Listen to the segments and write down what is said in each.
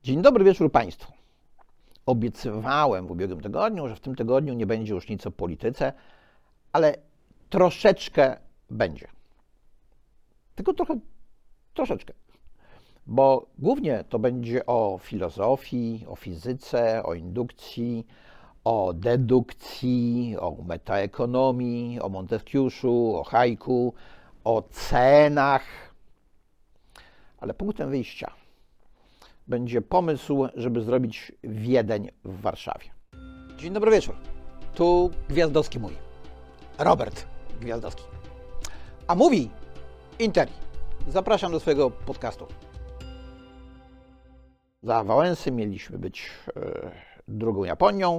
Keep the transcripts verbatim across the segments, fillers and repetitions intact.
Dzień dobry wieczór Państwu. Obiecywałem w ubiegłym tygodniu, że w tym tygodniu nie będzie już nic o polityce, ale troszeczkę będzie. Tylko trochę, troszeczkę. Bo głównie to będzie o filozofii, o fizyce, o indukcji, o dedukcji, o metaekonomii, o Monteskiuszu, o Hayku, o cenach. Ale punktem wyjścia będzie pomysł, żeby zrobić Wiedeń w Warszawie. Dzień dobry wieczór. Tu Gwiazdowski mój. Robert Gwiazdowski. A mówi Interi. Zapraszam do swojego podcastu. Za Wałęsy mieliśmy być e, drugą Japonią.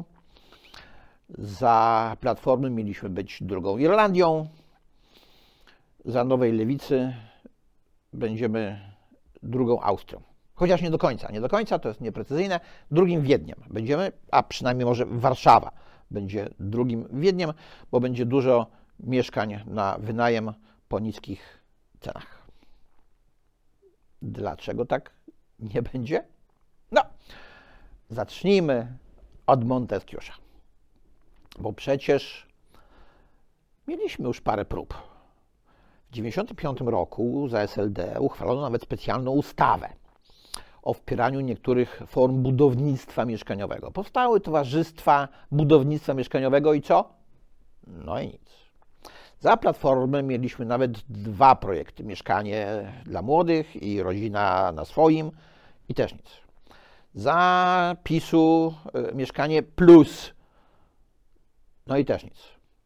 Za Platformy mieliśmy być drugą Irlandią. Za Nowej Lewicy będziemy drugą Austrią. Chociaż nie do końca, nie do końca, to jest nieprecyzyjne. Drugim Wiedniem będziemy, a przynajmniej może Warszawa będzie drugim Wiedniem, bo będzie dużo mieszkań na wynajem po niskich cenach. Dlaczego tak nie będzie? No, zacznijmy od Monteskiusza, bo przecież mieliśmy już parę prób. W tysiąc dziewięćset dziewięćdziesiątym piątym roku za S L D uchwalono nawet specjalną ustawę o wspieraniu niektórych form budownictwa mieszkaniowego. Powstały towarzystwa budownictwa mieszkaniowego i co? No i nic. Za Platformy mieliśmy nawet dwa projekty. Mieszkanie dla młodych i rodzina na swoim i też nic. Za PiSu y, mieszkanie plus. No i też nic.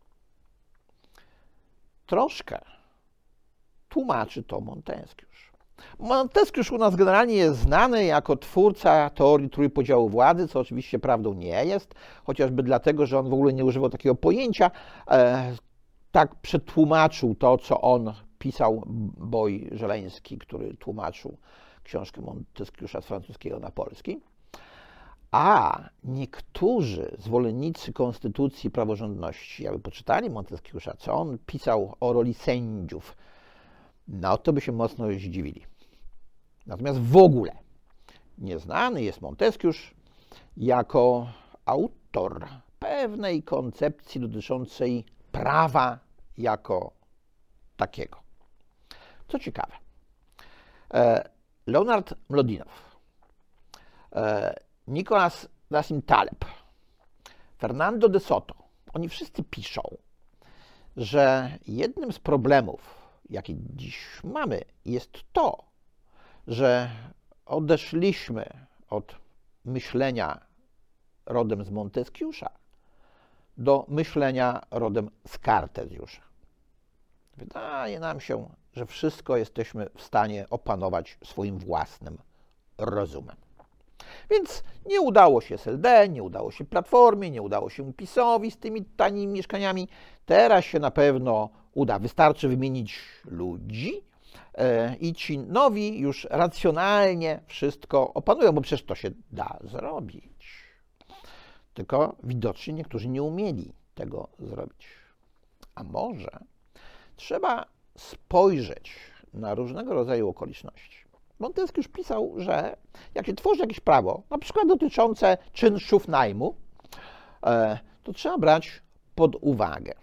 Troszkę tłumaczy to Monteskiusz. Monteskiusz u nas generalnie jest znany jako twórca teorii trójpodziału władzy, co oczywiście prawdą nie jest, chociażby dlatego, że on w ogóle nie używał takiego pojęcia. E, tak przetłumaczył to, co on pisał Boj Żeleński, który tłumaczył książkę Monteskiusza z francuskiego na polski. A niektórzy zwolennicy konstytucji i praworządności, jakby poczytali Monteskiusza, co on pisał o roli sędziów, no to by się mocno zdziwili. Natomiast w ogóle nieznany jest Monteskiusz jako autor pewnej koncepcji dotyczącej prawa jako takiego. Co ciekawe, Leonard Mlodinow, Nicolas Nassim Taleb, Fernando de Soto, oni wszyscy piszą, że jednym z problemów, jakie dziś mamy, jest to, że odeszliśmy od myślenia rodem z Monteskiusza do myślenia rodem z Kartezjusza. Wydaje nam się, że wszystko jesteśmy w stanie opanować swoim własnym rozumem. Więc nie udało się S L D, nie udało się Platformie, nie udało się PiS-owi z tymi tanimi mieszkaniami. Teraz się na pewno uda. Wystarczy wymienić ludzi yy, i ci nowi już racjonalnie wszystko opanują, bo przecież to się da zrobić. Tylko widocznie niektórzy nie umieli tego zrobić. A może trzeba spojrzeć na różnego rodzaju okoliczności. Montesquieu już pisał, że jak się tworzy jakieś prawo, na przykład dotyczące czynszów najmu, to trzeba brać pod uwagę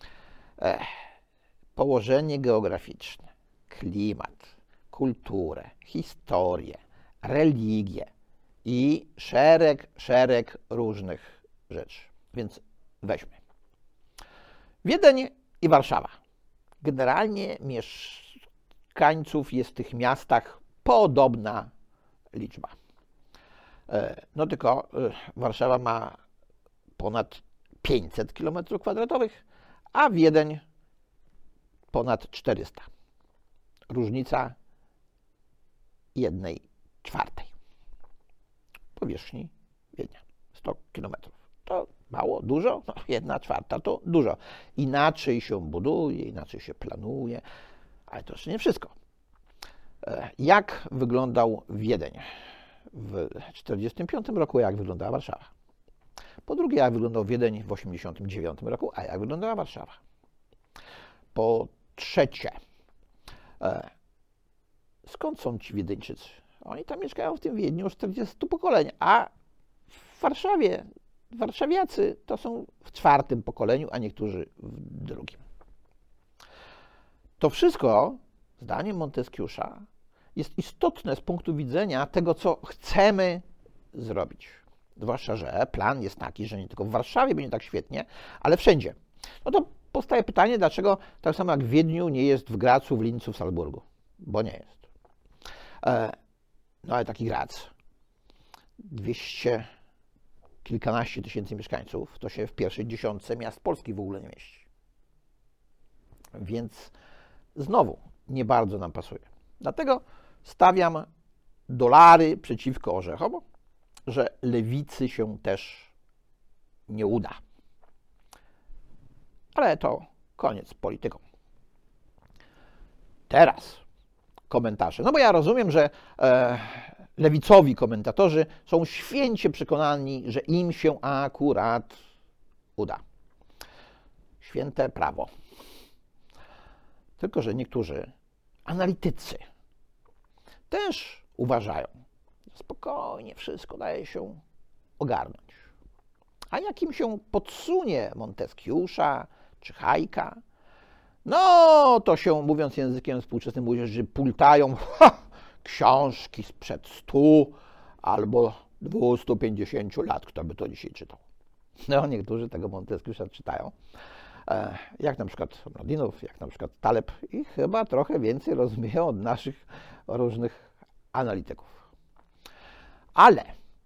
położenie geograficzne, klimat, kulturę, historię, religię i szereg, szereg różnych rzeczy. Więc weźmy. Wiedeń i Warszawa. Generalnie mieszkańców jest w tych miastach podobna liczba. No tylko Warszawa ma ponad pięćset kilometrów kwadratowych, a Wiedeń ponad czterysta. Różnica jednej czwartej powierzchni Wiednia. sto kilometrów. To mało, dużo? No, jedna czwarta to dużo. Inaczej się buduje, inaczej się planuje, ale to jeszcze nie wszystko. Jak wyglądał Wiedeń w tysiąc dziewięćset czterdziestym piątym roku, jak wyglądała Warszawa? Po drugie, jak wyglądał Wiedeń w tysiąc dziewięćset osiemdziesiątym dziewiątym roku, a jak wyglądała Warszawa? Po trzecie, skąd są ci Wiedeńczycy? Oni tam mieszkają w tym Wiedniu już czterdziestu pokoleń, a w Warszawie warszawiacy to są w czwartym pokoleniu, a niektórzy w drugim. To wszystko, zdaniem Monteskiusza, jest istotne z punktu widzenia tego, co chcemy zrobić. Zwłaszcza, że plan jest taki, że nie tylko w Warszawie będzie tak świetnie, ale wszędzie. No to powstaje pytanie, dlaczego tak samo jak w Wiedniu nie jest w Gracu, w Lincu, w Salzburgu. Bo nie jest. E, no ale taki Grac, dwieście kilkanaście tysięcy mieszkańców, to się w pierwszej dziesiątce miast Polski w ogóle nie mieści. Więc znowu nie bardzo nam pasuje. Dlatego stawiam dolary przeciwko orzechom, że lewicy się też nie uda. Ale to koniec z polityką. Teraz komentarze. No bo ja rozumiem, że e, lewicowi komentatorzy są święcie przekonani, że im się akurat uda. Święte prawo. Tylko że niektórzy analitycy też uważają, że spokojnie wszystko daje się ogarnąć. A jak im się podsunie Monteskiusza czy Hajka, no to się, mówiąc językiem współczesnym, mówi, że pultają ha, książki sprzed stu albo dwustu pięćdziesięciu lat. Kto by to dzisiaj czytał? No, niektórzy tego Monteskiusza czytają. Jak na przykład Mladinow, jak na przykład Taleb i chyba trochę więcej rozumieją od naszych różnych analityków. Ale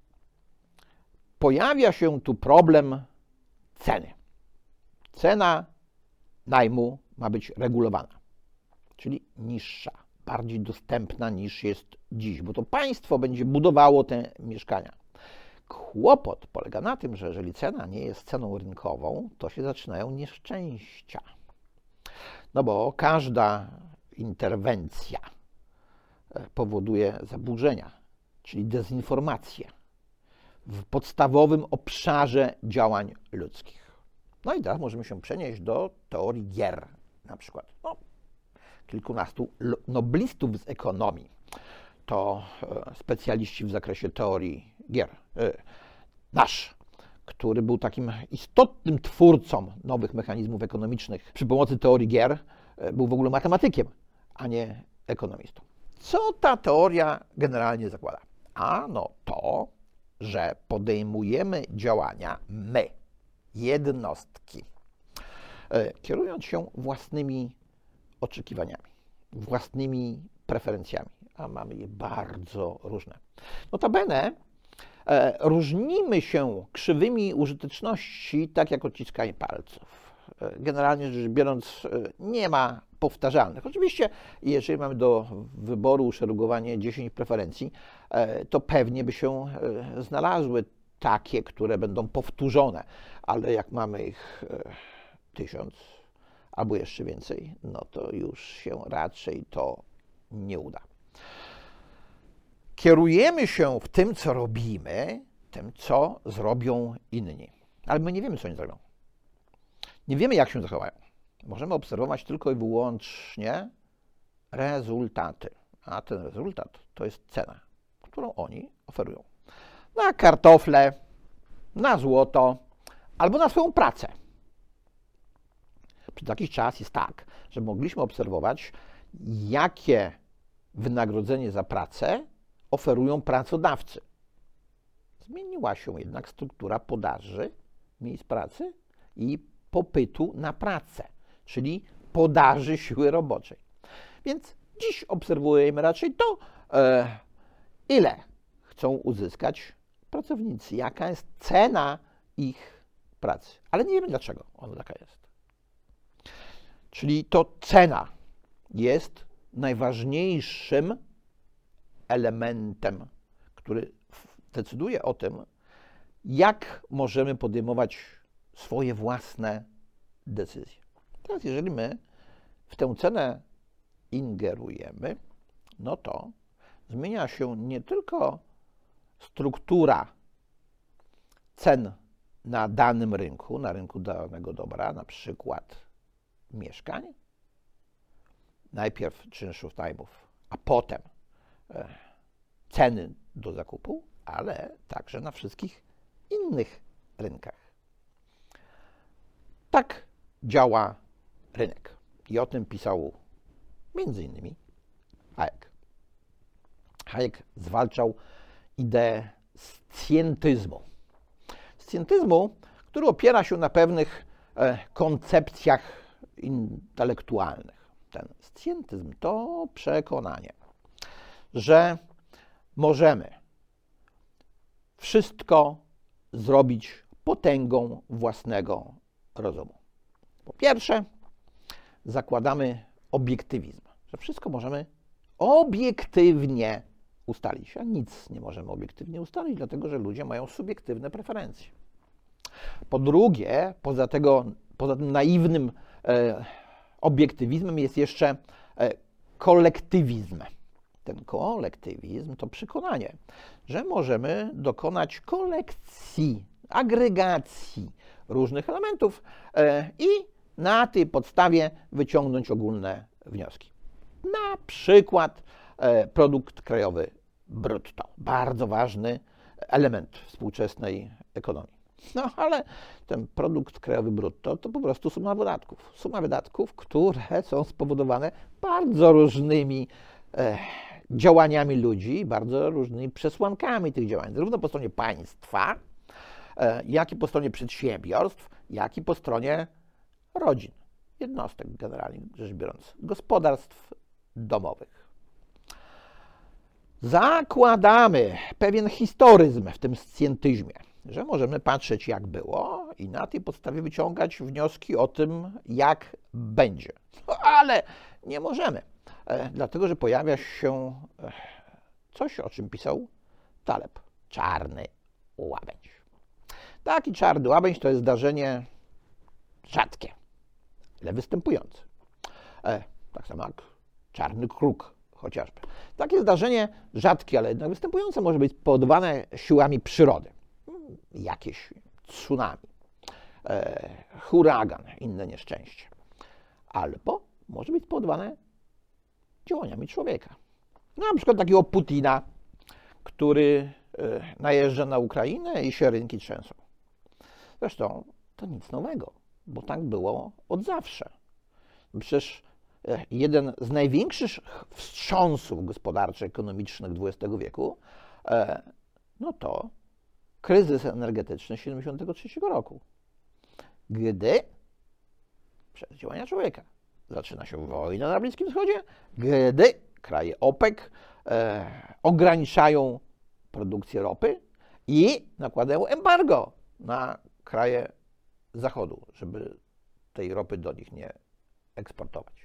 pojawia się tu problem ceny. Cena najmu ma być regulowana, czyli niższa, bardziej dostępna niż jest dziś, bo to państwo będzie budowało te mieszkania. Kłopot polega na tym, że jeżeli cena nie jest ceną rynkową, to się zaczynają nieszczęścia. No bo każda interwencja powoduje zaburzenia, czyli dezinformację w podstawowym obszarze działań ludzkich. No i teraz możemy się przenieść do teorii gier na przykład. No, kilkunastu noblistów z ekonomii to specjaliści w zakresie teorii gier. Nasz, który był takim istotnym twórcą nowych mechanizmów ekonomicznych przy pomocy teorii gier, był w ogóle matematykiem, a nie ekonomistą. Co ta teoria generalnie zakłada? Ano to, że podejmujemy działania my, jednostki, kierując się własnymi oczekiwaniami, własnymi preferencjami, a mamy je bardzo różne. Notabene e, różnimy się krzywymi użyteczności, tak jak odciskanie palców. E, generalnie rzecz biorąc, e, nie ma powtarzalnych. Oczywiście, jeżeli mamy do wyboru uszeregowanie dziesięć preferencji, e, to pewnie by się e, znalazły takie, które będą powtórzone, ale jak mamy ich e, tysiąc albo jeszcze więcej, no to już się raczej to nie uda. Kierujemy się w tym, co robimy, tym, co zrobią inni. Ale my nie wiemy, co oni zrobią. Nie wiemy, jak się zachowają. Możemy obserwować tylko i wyłącznie rezultaty. A ten rezultat to jest cena, którą oni oferują. Na kartofle, na złoto albo na swoją pracę. Przez jakiś czas jest tak, że mogliśmy obserwować, jakie wynagrodzenie za pracę oferują pracodawcy. Zmieniła się jednak struktura podaży miejsc pracy i popytu na pracę, czyli podaży siły roboczej. Więc dziś obserwujemy raczej to, e, ile chcą uzyskać pracownicy, jaka jest cena ich pracy. Ale nie wiemy, dlaczego ona taka jest. Czyli to cena jest najważniejszym elementem, który decyduje o tym, jak możemy podejmować swoje własne decyzje. Teraz, jeżeli my w tę cenę ingerujemy, no to zmienia się nie tylko struktura cen na danym rynku, na rynku danego dobra, na przykład mieszkań, najpierw czynszów, najmów, a potem ceny do zakupu, ale także na wszystkich innych rynkach. Tak działa rynek. I o tym pisał między innymi Hayek. Hayek zwalczał ideę scjentyzmu. Scjentyzmu, który opiera się na pewnych e, koncepcjach intelektualnych. Ten scjentyzm to przekonanie, że możemy wszystko zrobić potęgą własnego rozumu. Po pierwsze, zakładamy obiektywizm, że wszystko możemy obiektywnie ustalić, a nic nie możemy obiektywnie ustalić, dlatego że ludzie mają subiektywne preferencje. Po drugie, poza, tego, poza tym naiwnym e, obiektywizmem jest jeszcze e, kolektywizm. Ten kolektywizm to przekonanie, że możemy dokonać kolekcji, agregacji różnych elementów e, i na tej podstawie wyciągnąć ogólne wnioski. Na przykład e, produkt krajowy brutto. Bardzo ważny element współczesnej ekonomii. No ale ten produkt krajowy brutto to po prostu suma wydatków. Suma wydatków, które są spowodowane bardzo różnymi e, działaniami ludzi, bardzo różnymi przesłankami tych działań, zarówno po stronie państwa, e, jak i po stronie przedsiębiorstw, jak i po stronie rodzin, jednostek generalnie rzecz biorąc, gospodarstw domowych. Zakładamy pewien historyzm w tym scjentyzmie, że możemy patrzeć jak było i na tej podstawie wyciągać wnioski o tym, jak będzie. No, ale nie możemy, e, dlatego że pojawia się e, coś, o czym pisał Taleb. Czarny łabędź. Taki czarny łabędź to jest zdarzenie rzadkie, ale występujące. E, tak samo jak czarny kruk chociażby. Takie zdarzenie rzadkie, ale jednak występujące może być spowodowane siłami przyrody. Jakieś tsunami, e, huragan, inne nieszczęście. Albo może być spowodowane działaniami człowieka. No, na przykład takiego Putina, który e, najeżdża na Ukrainę i się rynki trzęsą. Zresztą to nic nowego, bo tak było od zawsze. Przecież e, jeden z największych wstrząsów gospodarczo-ekonomicznych dwudziestego wieku e, no to kryzys energetyczny tysiąc dziewięćset siedemdziesiątego trzeciego roku, gdy przez działania człowieka zaczyna się wojna na Bliskim Wschodzie, gdy kraje OPEC e, ograniczają produkcję ropy i nakładają embargo na kraje Zachodu, żeby tej ropy do nich nie eksportować.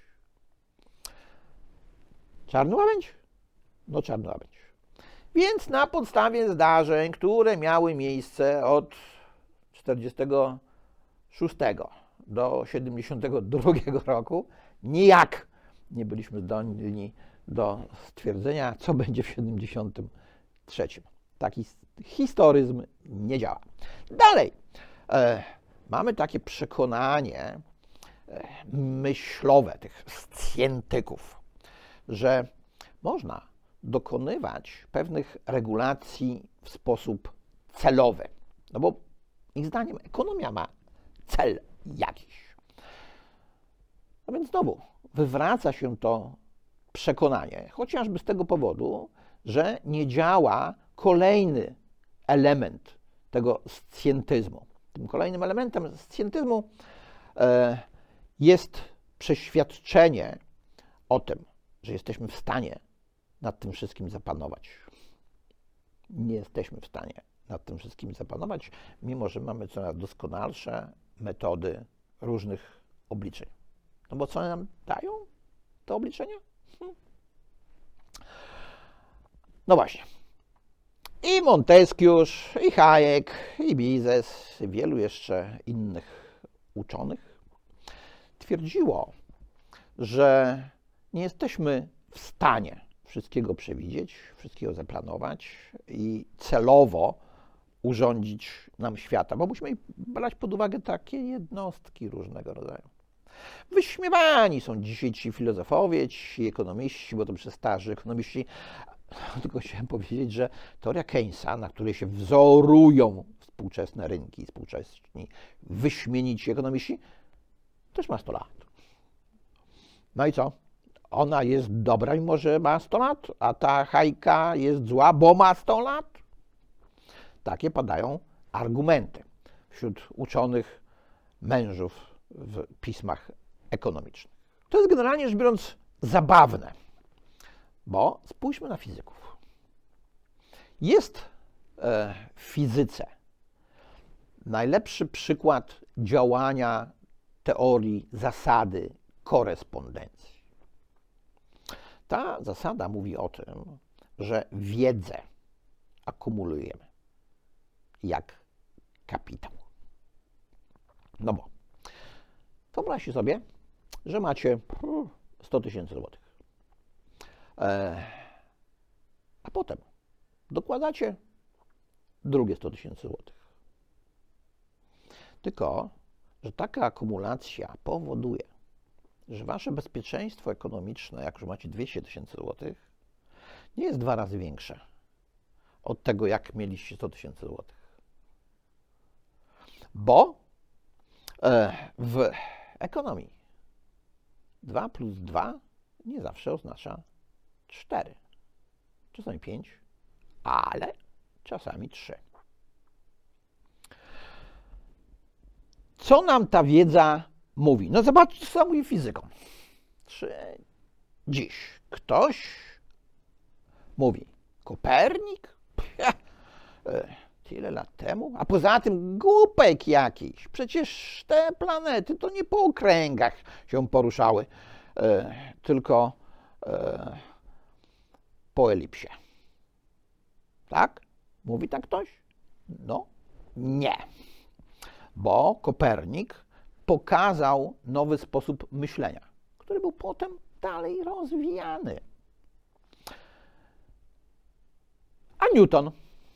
Czarny łabędź? No czarny łabędź. Więc na podstawie zdarzeń, które miały miejsce od czterdziestego szóstego do siedemdziesiątego drugiego roku, nijak nie byliśmy zdolni do stwierdzenia, co będzie w siedemdziesiątym trzecim. Taki historyzm nie działa. Dalej, e, mamy takie przekonanie e, myślowe tych scjentyków, że można dokonywać pewnych regulacji w sposób celowy. No bo ich zdaniem ekonomia ma cel jakiś. No więc znowu wywraca się to przekonanie, chociażby z tego powodu, że nie działa kolejny element tego scjentyzmu. Tym kolejnym elementem scjentyzmu e, jest przeświadczenie o tym, że jesteśmy w stanie nad tym wszystkim zapanować. Nie jesteśmy w stanie nad tym wszystkim zapanować, mimo że mamy coraz doskonalsze metody różnych obliczeń. No bo co nam dają te obliczenia? Hm. No właśnie. I Montesquieu, i Hayek, i Mises, i wielu jeszcze innych uczonych twierdziło, że nie jesteśmy w stanie wszystkiego przewidzieć, wszystkiego zaplanować i celowo urządzić nam świata, bo musimy brać pod uwagę takie jednostki różnego rodzaju. Wyśmiewani są dzisiaj ci filozofowie, ci ekonomiści, bo to przestarzy ekonomiści, Tylko chciałem powiedzieć, że teoria Keynesa, na której się wzorują współczesne rynki, współczesni wyśmienici ekonomiści, też ma sto lat. No i co? Ona jest dobra, mimo że ma sto lat, a ta Hajka jest zła, bo ma sto lat? Takie padają argumenty wśród uczonych mężów w pismach ekonomicznych. To jest generalnie rzecz biorąc zabawne, bo spójrzmy na fizyków. Jest e, w fizyce najlepszy przykład działania teorii zasady korespondencji. Ta zasada mówi o tym, że wiedzę akumulujemy jak kapitał. No bo wyobraźcie sobie, że macie sto tysięcy złotych, e, a potem dokładacie drugie sto tysięcy złotych. Tylko że taka akumulacja powoduje, że wasze bezpieczeństwo ekonomiczne, jak już macie dwieście tysięcy złotych, nie jest dwa razy większe od tego, jak mieliście sto tysięcy złotych. Bo e, w ekonomii dwa plus dwa nie zawsze oznacza cztery. Czasami pięć, ale czasami trzy. Co nam ta wiedza mówi? No zobaczcie, co mówi fizyką. Czy dziś ktoś mówi Kopernik? Pff, tyle lat temu? A poza tym głupek jakiś. Przecież te planety to nie po okręgach się poruszały, e, tylko e, po elipsie. Tak? Mówi tak ktoś? No nie. Bo Kopernik pokazał nowy sposób myślenia, który był potem dalej rozwijany. A Newton?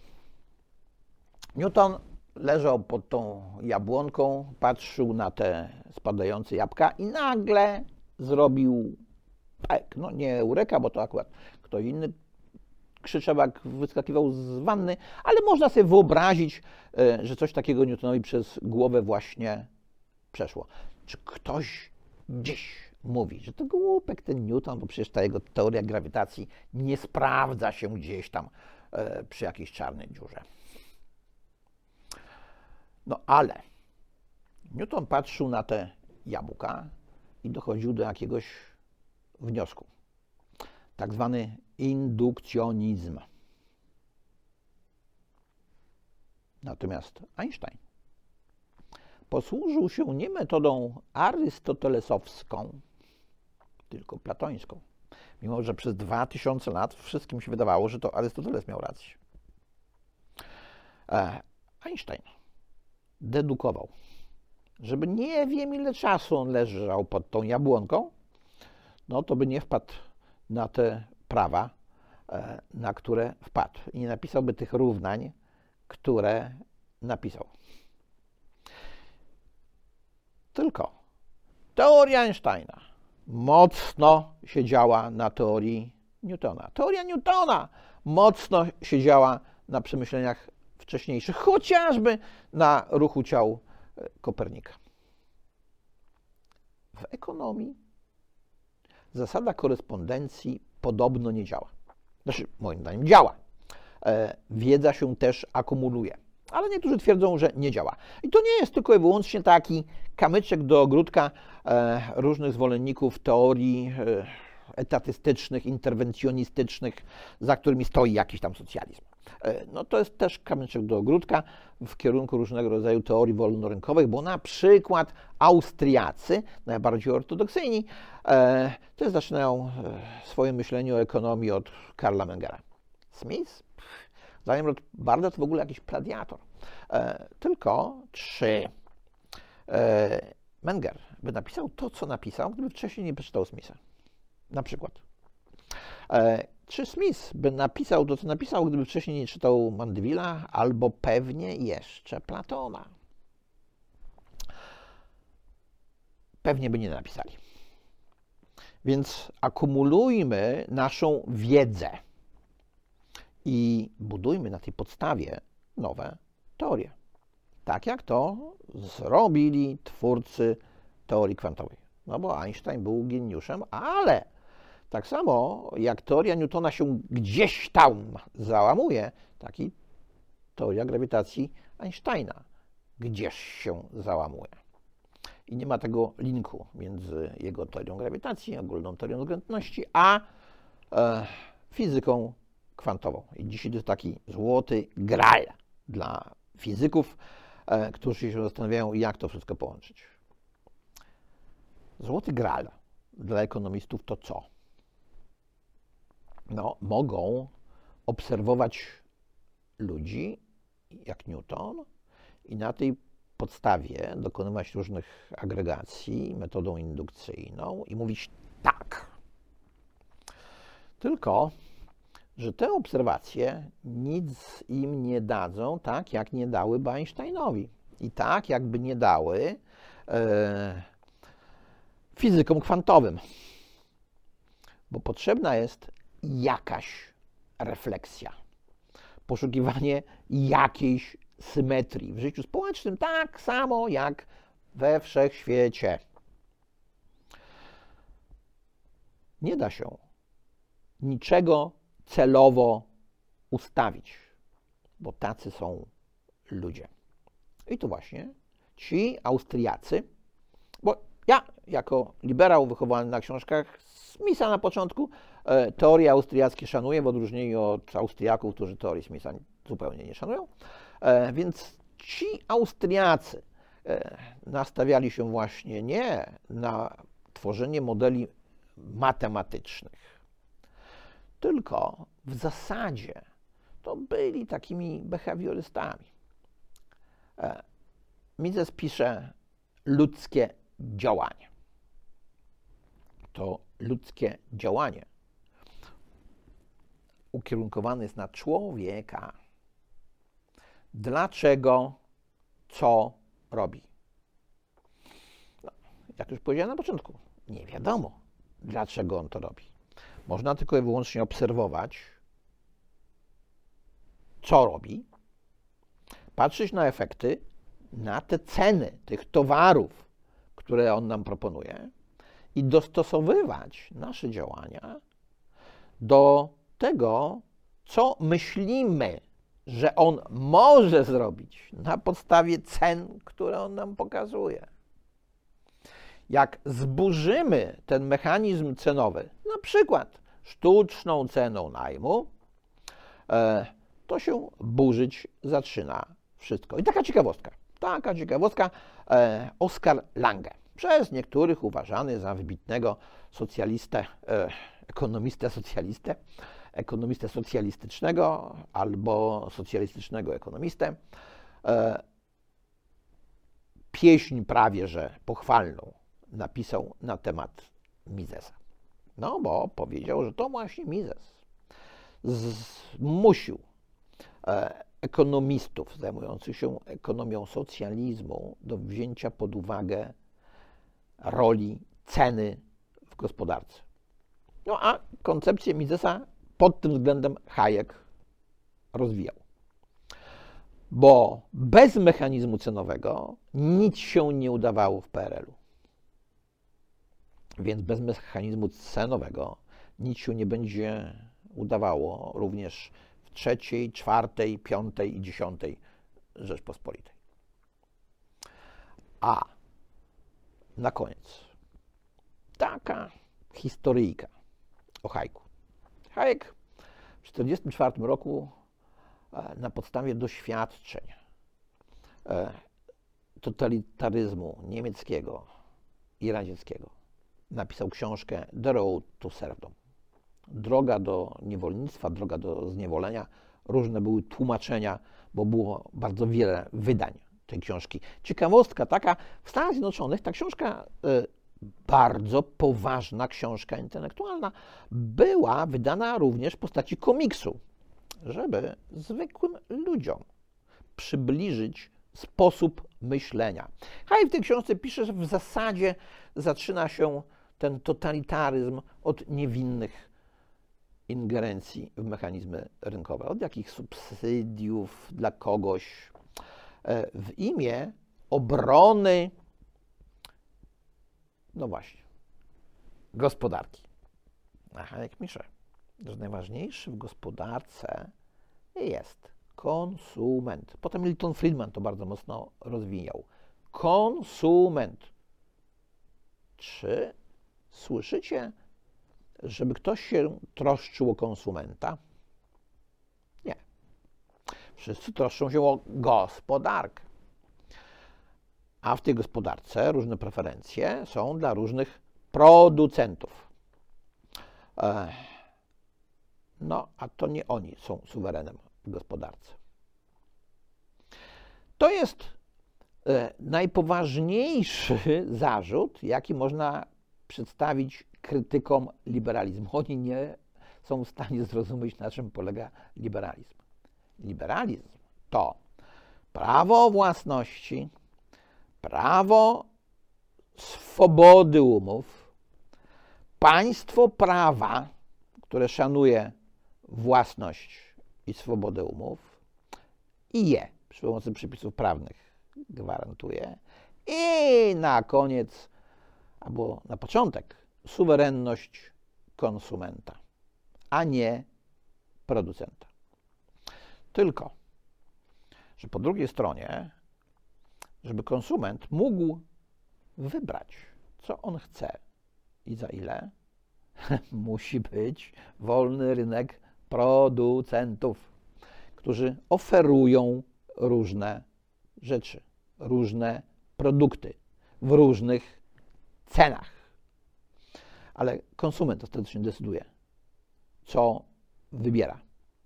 Newton leżał pod tą jabłonką, patrzył na te spadające jabłka i nagle zrobił pek. No nie eureka, bo to akurat ktoś inny krzyczał, jak wyskakiwał z wanny, ale można sobie wyobrazić, że coś takiego Newtonowi przez głowę właśnie przeszło. Czy ktoś dziś mówi, że to głupek ten Newton, bo przecież ta jego teoria grawitacji nie sprawdza się gdzieś tam przy jakiejś czarnej dziurze? No ale Newton patrzył na te jabłka i dochodził do jakiegoś wniosku. Tak zwany indukcjonizm. Natomiast Einstein posłużył się nie metodą arystotelesowską, tylko platońską. Mimo że przez dwa tysiące lat wszystkim się wydawało, że to Arystoteles miał rację. Einstein dedukował, żeby nie wiem ile czasu on leżał pod tą jabłonką, no to by nie wpadł na te prawa, na które wpadł. I nie napisałby tych równań, które napisał. Tylko teoria Einsteina mocno siedziała na teorii Newtona. Teoria Newtona mocno siedziała na przemyśleniach wcześniejszych, chociażby na ruchu ciał Kopernika. W ekonomii zasada korespondencji podobno nie działa. Znaczy, moim zdaniem działa. E, wiedza się też akumuluje. Ale niektórzy twierdzą, że nie działa. I to nie jest tylko i wyłącznie taki kamyczek do ogródka e, różnych zwolenników teorii e, etatystycznych, interwencjonistycznych, za którymi stoi jakiś tam socjalizm. E, no to jest też kamyczek do ogródka w kierunku różnego rodzaju teorii wolnorynkowych, bo na przykład Austriacy, najbardziej ortodoksyjni, e, też zaczynają e, swoje myślenie o ekonomii od Karla Mengera. Smith? Zdaniem Rothbarda to w ogóle jakiś pladiator. E, tylko czy e, Menger by napisał to, co napisał, gdyby wcześniej nie przeczytał Smitha? Na przykład. E, czy Smith by napisał to, co napisał, gdyby wcześniej nie czytał Mandeville'a, albo pewnie jeszcze Platona? Pewnie by nie napisali. Więc akumulujmy naszą wiedzę. i budujmy na tej podstawie nowe teorie. Tak jak to zrobili twórcy teorii kwantowej. No bo Einstein był geniuszem, ale tak samo jak teoria Newtona się gdzieś tam załamuje, tak i teoria grawitacji Einsteina gdzieś się załamuje. I nie ma tego linku między jego teorią grawitacji, ogólną teorią względności, a e, fizyką kwantową. I dzisiaj to jest taki złoty graal dla fizyków, e, którzy się zastanawiają, jak to wszystko połączyć. Złoty graal dla ekonomistów to co? No, mogą obserwować ludzi, jak Newton, i na tej podstawie dokonywać różnych agregacji metodą indukcyjną i mówić tak. Tylko, że te obserwacje nic im nie dadzą, tak jak nie dałyby Einsteinowi. I tak jakby nie dały e, fizykom kwantowym. Bo potrzebna jest jakaś refleksja, poszukiwanie jakiejś symetrii w życiu społecznym, tak samo jak we wszechświecie. Nie da się niczego celowo ustawić, bo tacy są ludzie. I tu właśnie ci Austriacy, bo ja jako liberał wychowany na książkach Smitha na początku teorie austriackie szanuję, w odróżnieniu od Austriaków, którzy teorii Smitha zupełnie nie szanują. Więc ci Austriacy nastawiali się właśnie nie na tworzenie modeli matematycznych, tylko w zasadzie to byli takimi behawiorystami. Mises pisze ludzkie działanie. To ludzkie działanie ukierunkowane jest na człowieka. Dlaczego, co robi? No, jak już powiedziałem na początku, nie wiadomo, dlaczego on to robi. Można tylko i wyłącznie obserwować, co robi, patrzeć na efekty, na te ceny tych towarów, które on nam proponuje i dostosowywać nasze działania do tego, co myślimy, że on może zrobić na podstawie cen, które on nam pokazuje. Jak zburzymy ten mechanizm cenowy, na przykład sztuczną ceną najmu, to się burzyć zaczyna wszystko. I taka ciekawostka, taka ciekawostka, Oskar Lange, przez niektórych uważany za wybitnego socjalistę, ekonomistę socjalistę, ekonomistę socjalistycznego albo socjalistycznego ekonomistę. Pieśń prawie że pochwalną napisał na temat Misesa. No bo powiedział, że to właśnie Mises zmusił ekonomistów zajmujących się ekonomią socjalizmu do wzięcia pod uwagę roli ceny w gospodarce. No a koncepcję Misesa pod tym względem Hayek rozwijał. Bo bez mechanizmu cenowego nic się nie udawało w P R L-u. Więc bez mechanizmu cenowego nic się nie będzie udawało również w trzeciej, czwartej, piątej i dziesiątej Rzeczpospolitej. A na koniec taka historyjka o Hayku. Hayek w tysiąc dziewięćset czterdziestym czwartym roku na podstawie doświadczeń totalitaryzmu niemieckiego i radzieckiego napisał książkę The Road to Serfdom. Droga do niewolnictwa, droga do zniewolenia. Różne były tłumaczenia, bo było bardzo wiele wydań tej książki. Ciekawostka taka, w Stanach Zjednoczonych ta książka, bardzo poważna książka intelektualna, była wydana również w postaci komiksu, żeby zwykłym ludziom przybliżyć sposób myślenia. Hayek w tej książce pisze, że w zasadzie zaczyna się ten totalitaryzm od niewinnych ingerencji w mechanizmy rynkowe, od jakich subsydiów dla kogoś w imię obrony, no właśnie, gospodarki. A Hayek pisze, że najważniejszy w gospodarce jest konsument. Potem Milton Friedman to bardzo mocno rozwijał. Konsument. Czy słyszycie, żeby ktoś się troszczył o konsumenta? Nie. Wszyscy troszczą się o gospodarkę. A w tej gospodarce różne preferencje są dla różnych producentów. No, a to nie oni są suwerenem w gospodarce. To jest najpoważniejszy zarzut, jaki można przedstawić krytykom liberalizmu. Oni nie są w stanie zrozumieć, na czym polega liberalizm. Liberalizm to prawo własności, prawo swobody umów, państwo prawa, które szanuje własność i swobodę umów i je przy pomocy przepisów prawnych gwarantuje. I na koniec, albo na początek, suwerenność konsumenta, a nie producenta. Tylko, że po drugiej stronie, żeby konsument mógł wybrać, co on chce i za ile, musi być wolny rynek producentów, którzy oferują różne rzeczy, różne produkty w różnych cenach. Ale konsument ostatecznie decyduje, co wybiera.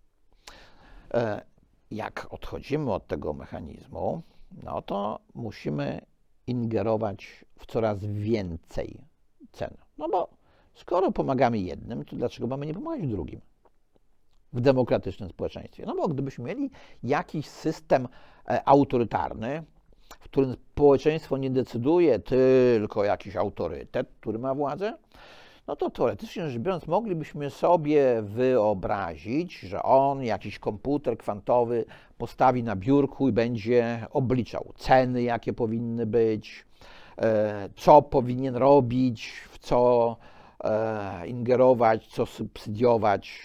Jak odchodzimy od tego mechanizmu, no to musimy ingerować w coraz więcej cen. No bo skoro pomagamy jednym, to dlaczego mamy nie pomagać drugim w demokratycznym społeczeństwie? No bo gdybyśmy mieli jakiś system autorytarny, w którym społeczeństwo nie decyduje, tylko jakiś autorytet, który ma władzę, no to teoretycznie rzecz biorąc moglibyśmy sobie wyobrazić, że on jakiś komputer kwantowy postawi na biurku i będzie obliczał ceny, jakie powinny być, co powinien robić, w co ingerować, co subsydiować,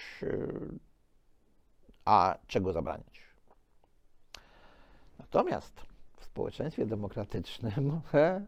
a czego zabraniać. Natomiast w społeczeństwie demokratycznym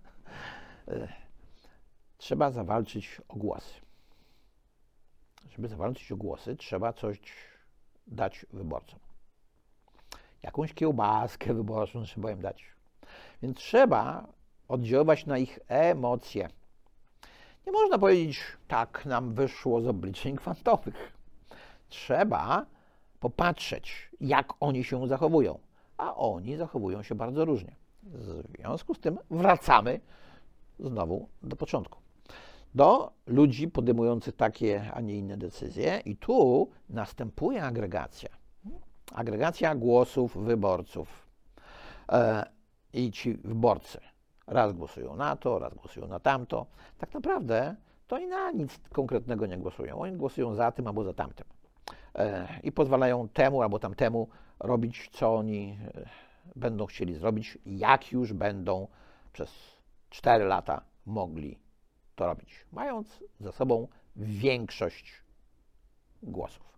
trzeba zawalczyć o głosy. Żeby zawalczyć o głosy, trzeba coś dać wyborcom. Jakąś kiełbaskę wyborczą trzeba im dać. Więc trzeba oddziaływać na ich emocje. Nie można powiedzieć, tak nam wyszło z obliczeń kwantowych. Trzeba popatrzeć, jak oni się zachowują. A oni zachowują się bardzo różnie. W związku z tym wracamy znowu do początku. Do ludzi podejmujących takie, a nie inne decyzje i tu następuje agregacja. Agregacja głosów wyborców. E, I ci wyborcy raz głosują na to, raz głosują na tamto. Tak naprawdę to i na nic konkretnego nie głosują. Oni głosują za tym albo za tamtym. E, I pozwalają temu albo tamtemu robić, co oni będą chcieli zrobić, jak już będą przez cztery lata mogli to robić, mając za sobą większość głosów.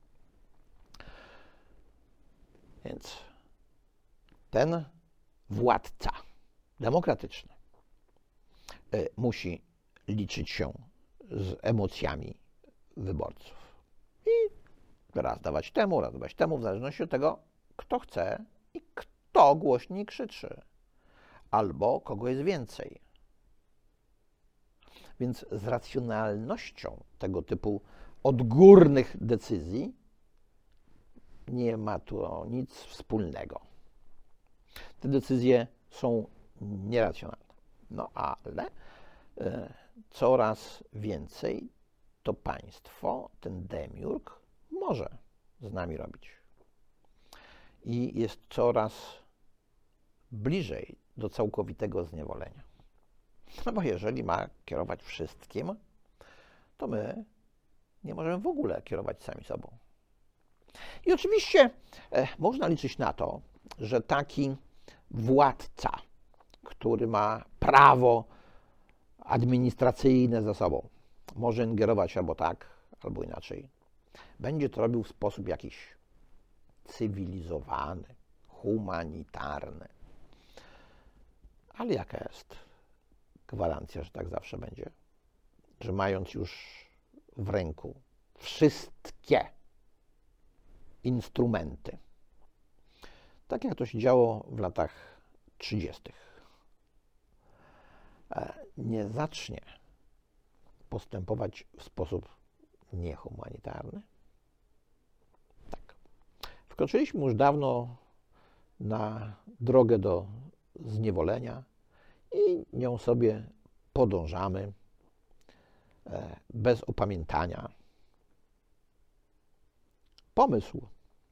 Więc ten władca demokratyczny y, musi liczyć się z emocjami wyborców. I raz dawać temu, raz dawać temu, w zależności od tego, kto chce i kto głośniej krzyczy, albo kogo jest więcej. Więc z racjonalnością tego typu odgórnych decyzji nie ma tu nic wspólnego. Te decyzje są nieracjonalne. No ale e, coraz więcej to państwo, ten demiurg, może z nami robić. I jest coraz bliżej do całkowitego zniewolenia. No bo jeżeli ma kierować wszystkim, to my nie możemy w ogóle kierować sami sobą. I oczywiście e, można liczyć na to, że taki władca, który ma prawo administracyjne za sobą, może ingerować albo tak, albo inaczej, będzie to robił w sposób jakiś cywilizowany, humanitarny. Ale jaka jest gwarancja, że tak zawsze będzie? Że mając już w ręku wszystkie instrumenty, tak jak to się działo w latach trzydziestych, nie zacznie postępować w sposób niehumanitarny? Tak. Wkroczyliśmy już dawno na drogę do zniewolenia i nią sobie podążamy bez opamiętania. Pomysł,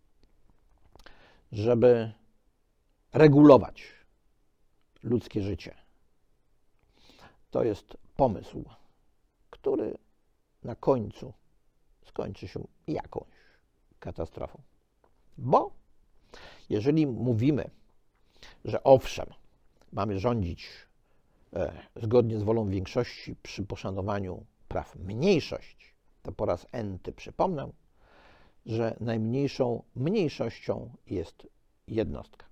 żeby regulować ludzkie życie, to jest pomysł, który na końcu skończy się jakąś katastrofą. Bo jeżeli mówimy, że owszem, mamy rządzić e, zgodnie z wolą większości przy poszanowaniu praw mniejszości, to po raz enty przypomnę, że najmniejszą mniejszością jest jednostka.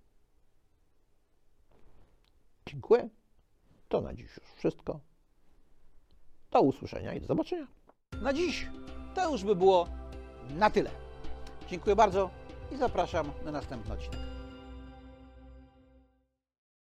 Dziękuję. To na dziś już wszystko. Do usłyszenia i do zobaczenia. Na dziś to już by było na tyle. Dziękuję bardzo i zapraszam na następny odcinek.